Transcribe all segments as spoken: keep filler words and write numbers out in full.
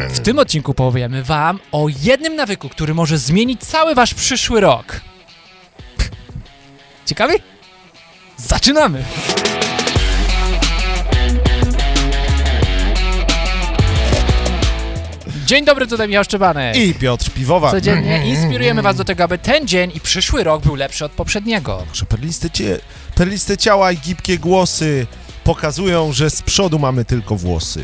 W tym odcinku powiemy wam o jednym nawyku, który może zmienić cały wasz przyszły rok. Ciekawi? Zaczynamy! Dzień dobry, tutaj Michał Szczepanek. I Piotr Piwowa. Codziennie inspirujemy was do tego, aby ten dzień i przyszły rok był lepszy od poprzedniego. Że perliste, cie, perliste ciała i gibkie głosy pokazują, że z przodu mamy tylko włosy.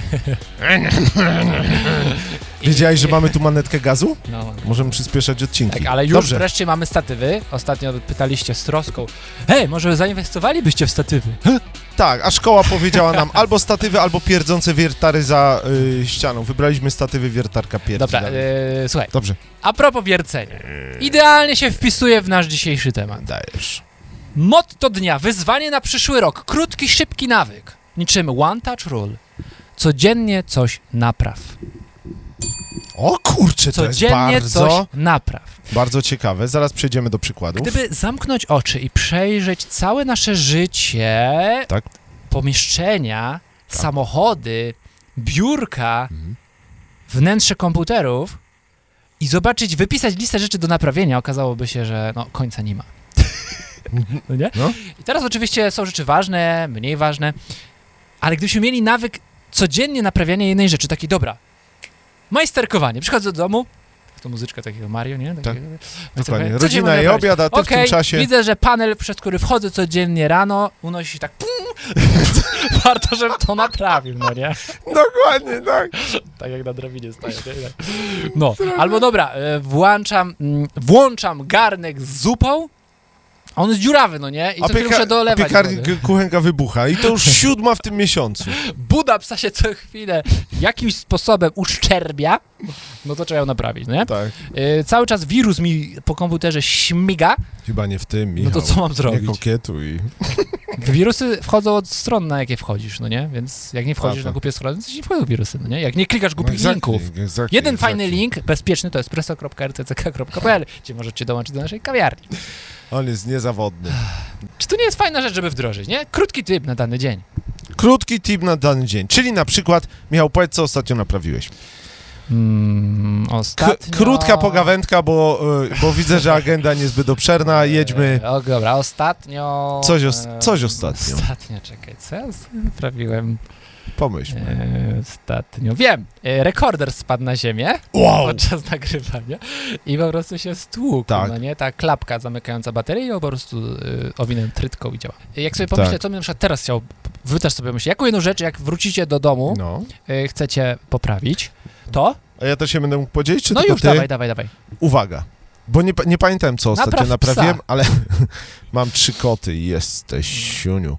Wiedziałeś, że mamy tu manetkę gazu? No. Możemy przyspieszać odcinki. Tak, ale już Dobrze. wreszcie mamy statywy. Ostatnio pytaliście z troską, hej, może zainwestowalibyście w statywy? Tak, a szkoła powiedziała nam albo statywy, albo pierdzące wiertary za y, ścianą. Wybraliśmy statywy, wiertarka pierdzi. Dobra, yy, słuchaj. Dobrze. A propos wiercenia. Idealnie się wpisuje w nasz dzisiejszy temat. Dajesz. Motto dnia, wyzwanie na przyszły rok. Krótki, szybki nawyk. Niczym one touch rule. Codziennie coś napraw. O kurczę, to jest Codziennie bardzo, coś napraw. bardzo ciekawe. Zaraz przejdziemy do przykładów. Gdyby zamknąć oczy i przejrzeć całe nasze życie, Tak. pomieszczenia, Tak. samochody, biurka, Mhm. wnętrze komputerów i zobaczyć, wypisać listę rzeczy do naprawienia, okazałoby się, że no, końca nie ma. No nie? No. I teraz oczywiście są rzeczy ważne, mniej ważne, ale gdybyśmy mieli nawyk codziennie naprawiania jednej rzeczy, takiej dobra, majsterkowanie, przychodzę do domu, to muzyczka takiego Mario, nie? Takiego, Dokładnie. Co Rodzina dzisiaj i można obiad, a ty Okej, w tym czasie... widzę, że panel, przez który wchodzę codziennie rano, unosi się tak pum, warto, żebym to naprawił, no nie? Dokładnie, tak. Tak jak na drabinie staję. Nie? No, albo dobra, e, włączam, mm, włączam garnek z zupą, a on jest dziurawy, no nie? I co chwilę muszę dolewać piekarnik, wody. kuchenka wybucha i to już siódma w tym miesiącu. Buda psa się co chwilę jakimś sposobem uszczerbia, no to trzeba ją naprawić, nie? Tak. E, cały czas wirus mi po komputerze śmiga, Chyba nie w tym, Michał. no to co mam Nie zrobić? kokietuj. Wirusy wchodzą od stron, na jakie wchodzisz, no nie? Więc jak nie wchodzisz A, na tak. głupie strony, to ci nie wchodzą wirusy, no nie? Jak nie klikasz głupich Exactly, linków. exactly, Jeden exactly. fajny link, bezpieczny, to jest presso kropka r t c k kropka p l, gdzie możecie dołączyć do naszej kawiarni. On jest niezawodny. Czy to nie jest fajna rzecz, żeby wdrożyć, nie? Krótki typ na dany dzień. Krótki tip na dany dzień, czyli na przykład, Michał, powiedz, co ostatnio naprawiłeś. Mm, K- ostatnio... krótka pogawędka, bo, y, bo widzę, że agenda niezbyt obszerna, jedźmy. E, o, dobra, ostatnio... Coś os- e, coś ostatnio. Ostatnio, czekaj, co ja sobie naprawiłem? Pomyślmy. E, ostatnio, wiem, e, rekorder spadł na ziemię. Wow! Podczas nagrywania i po prostu się stłukł, Tak. no nie? Ta klapka zamykająca baterię i ją po prostu y, owinąłem trytką i działa. Jak sobie pomyślę, Tak. co bym na przykład teraz chciał, wy też sobie myślicie, jaką jedną rzecz, jak wrócicie do domu, No. y, chcecie poprawić, to? A ja też się będę mógł podzielić, czy No tylko już, ty? dawaj, dawaj, dawaj. Uwaga, bo nie, pa- nie pamiętałem, co ostatnio Napraw naprawiłem, psa. ale mam trzy koty i jesteś siuniu.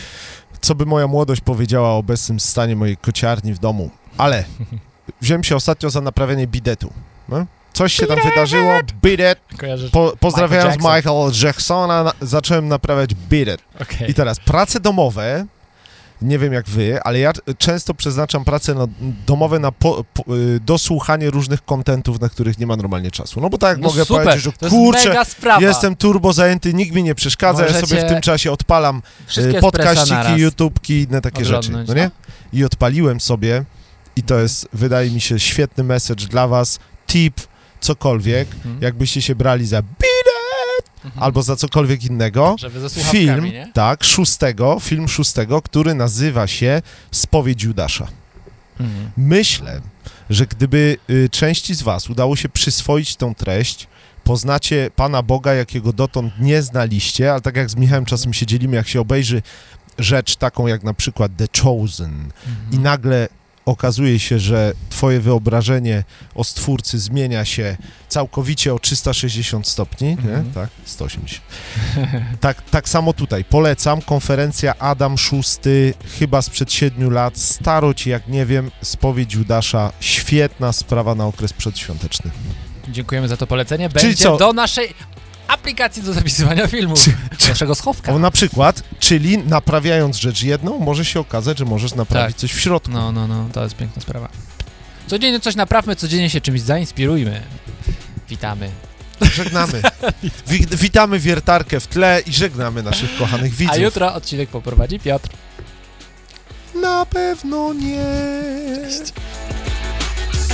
Co by moja młodość powiedziała o obecnym stanie mojej kociarni w domu, ale wziąłem się ostatnio za naprawienie bidetu. No? Coś się tam wydarzyło, bidet, Kojarzysz? po, pozdrawiając Michael Michael Jacksona, na, zacząłem naprawiać bidet. Okej. I teraz prace domowe, nie wiem jak wy, ale ja często przeznaczam prace no, domowe na po, po, y, dosłuchanie różnych kontentów, na których nie ma normalnie czasu. No bo tak jak No mogę super, powiedzieć, że to jest kurczę, mega sprawa. jestem turbo zajęty, nikt mi nie przeszkadza, ja Możecie sobie w tym czasie odpalam Wszystkie y, espressa podkaściki, naraz YouTubki i inne takie rzeczy, oglądnąć, no nie? I odpaliłem sobie i to jest, wydaje mi się, świetny message dla was, tip, cokolwiek, Mhm. jakbyście się brali za bidet Mhm. albo za cokolwiek innego. Żeby ze słuchawkami, Film, nie? tak, szóstego, film szóstego, który nazywa się Spowiedź Judasza. Mhm. Myślę, że gdyby y, części z was udało się przyswoić tą treść, poznacie Pana Boga, jakiego dotąd nie znaliście, ale tak jak z Michałem czasem się dzielimy, jak się obejrzy rzecz taką jak na przykład The Chosen Mhm. i nagle okazuje się, że twoje wyobrażenie o Stwórcy zmienia się całkowicie o trzysta sześćdziesiąt stopni, nie? Mhm. Tak, sto osiemdziesiąt. tak, tak samo tutaj. Polecam, konferencja Adam szósty, chyba sprzed siedmiu lat, starość jak nie wiem, Spowiedź Judasza, świetna sprawa na okres przedświąteczny. Dziękujemy za to polecenie. Czyli Będzie co? do naszej aplikacji do zapisywania filmów. Czy- Naszego schowka. O, na przykład, czyli naprawiając rzecz jedną, może się okazać, że możesz naprawić Tak. coś w środku. No, no, no, to jest piękna sprawa. Codziennie coś naprawmy, codziennie się czymś zainspirujmy. Witamy. Żegnamy. Wi- witamy wiertarkę w tle i żegnamy naszych kochanych widzów. A jutro odcinek poprowadzi Piotr. Na pewno nie. Cześć.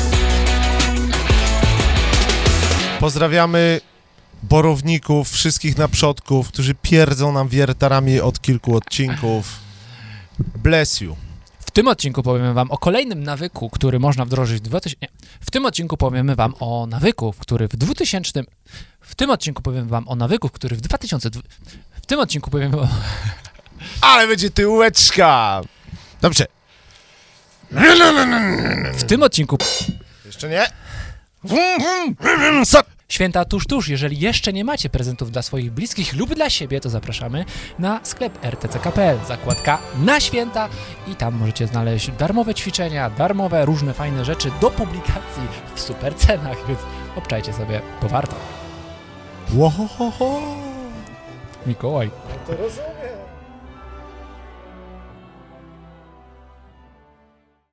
Pozdrawiamy borowników, wszystkich na przodków, którzy pierdzą nam wiertarami od kilku odcinków. Bless you. W tym odcinku powiemy wam o kolejnym nawyku, który można wdrożyć w dwa tysiące... Nie. W tym odcinku powiemy wam o nawyku, który w dwutysięcznym... W tym odcinku powiemy wam o nawyku, który w dwa tysiące... W tym odcinku powiemy o... Ale będzie tyłeczka! Dobrze. W tym odcinku... Jeszcze nie? Święta tuż, tuż. Jeżeli jeszcze nie macie prezentów dla swoich bliskich lub dla siebie, to zapraszamy na sklep r t c kropka p l, zakładka na święta i tam możecie znaleźć darmowe ćwiczenia, darmowe różne fajne rzeczy do publikacji w super cenach, więc obczajcie sobie, bo warto. Łohohoho. Mikołaj. To rozumiem.